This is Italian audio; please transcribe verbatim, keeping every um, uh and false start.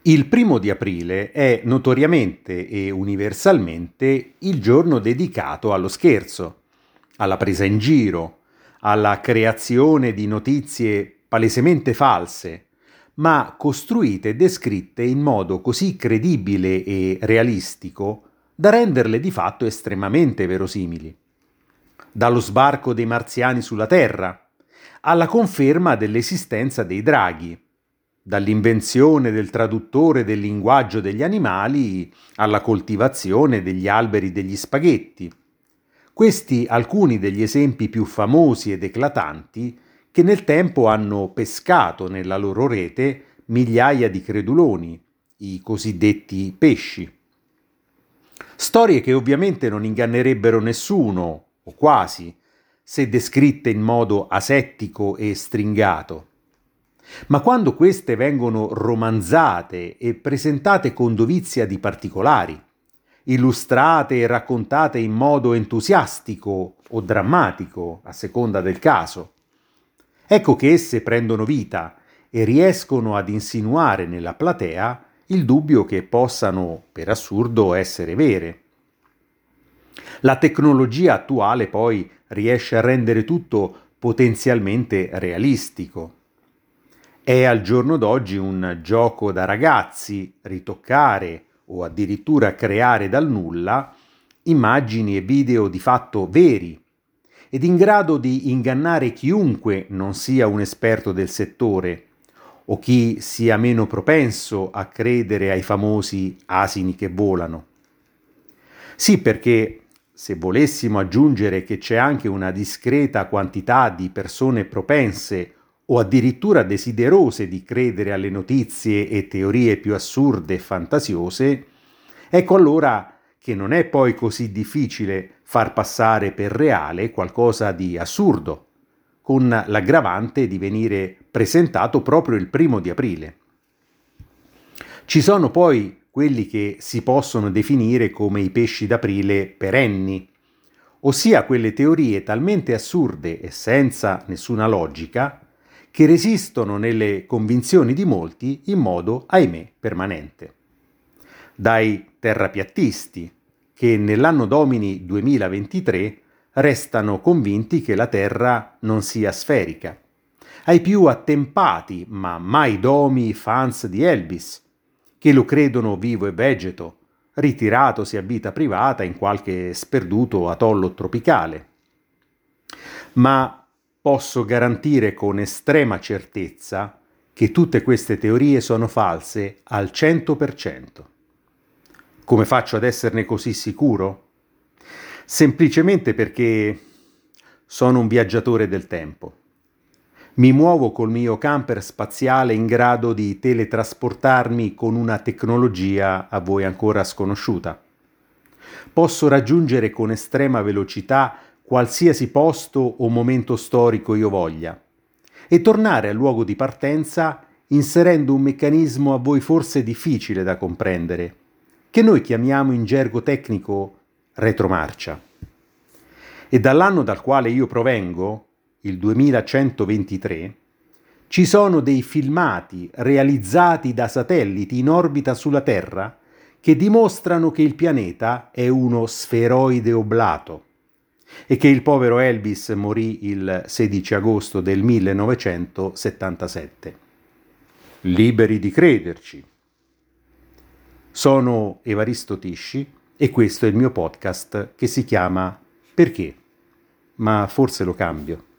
Il primo di aprile è notoriamente e universalmente il giorno dedicato allo scherzo, alla presa in giro, alla creazione di notizie palesemente false, ma costruite e descritte in modo così credibile e realistico da renderle di fatto estremamente verosimili. Dallo sbarco dei marziani sulla Terra, alla conferma dell'esistenza dei draghi, dall'invenzione del traduttore del linguaggio degli animali alla coltivazione degli alberi degli spaghetti. Questi alcuni degli esempi più famosi ed eclatanti che nel tempo hanno pescato nella loro rete migliaia di creduloni, i cosiddetti pesci. Storie che ovviamente non ingannerebbero nessuno, o quasi, se descritte in modo asettico e stringato. Ma quando queste vengono romanzate e presentate con dovizia di particolari, illustrate e raccontate in modo entusiastico o drammatico, a seconda del caso, ecco che esse prendono vita e riescono ad insinuare nella platea il dubbio che possano, per assurdo, essere vere. La tecnologia attuale poi riesce a rendere tutto potenzialmente realistico. È al giorno d'oggi un gioco da ragazzi ritoccare o addirittura creare dal nulla immagini e video di fatto veri ed in grado di ingannare chiunque non sia un esperto del settore o chi sia meno propenso a credere ai famosi asini che volano. Sì, perché se volessimo aggiungere che c'è anche una discreta quantità di persone propense o addirittura desiderose di credere alle notizie e teorie più assurde e fantasiose, ecco allora che non è poi così difficile far passare per reale qualcosa di assurdo, con l'aggravante di venire presentato proprio il primo di aprile. Ci sono poi quelli che si possono definire come i pesci d'aprile perenni, ossia quelle teorie talmente assurde e senza nessuna logica che resistono nelle convinzioni di molti in modo, ahimè, permanente. Dai terrapiattisti, che nell'anno domini duemilaventitré restano convinti che la Terra non sia sferica, ai più attempati ma mai domi fans di Elvis, che lo credono vivo e vegeto, ritiratosi a vita privata in qualche sperduto atollo tropicale. Ma posso garantire con estrema certezza che tutte queste teorie sono false al cento per cento. Come faccio ad esserne così sicuro? Semplicemente perché sono un viaggiatore del tempo. Mi muovo col mio camper spaziale in grado di teletrasportarmi con una tecnologia a voi ancora sconosciuta. Posso raggiungere con estrema velocità qualsiasi posto o momento storico io voglia e tornare al luogo di partenza inserendo un meccanismo a voi forse difficile da comprendere, che noi chiamiamo in gergo tecnico retromarcia. E dall'anno dal quale io provengo, il duemilacentoventitré, ci sono dei filmati realizzati da satelliti in orbita sulla Terra che dimostrano che il pianeta è uno sferoide oblato e che il povero Elvis morì il sedici agosto del millenovecentosettantasette. Liberi di crederci. Sono Evaristo Tisci e questo è il mio podcast che si chiama Perché? Ma forse lo cambio.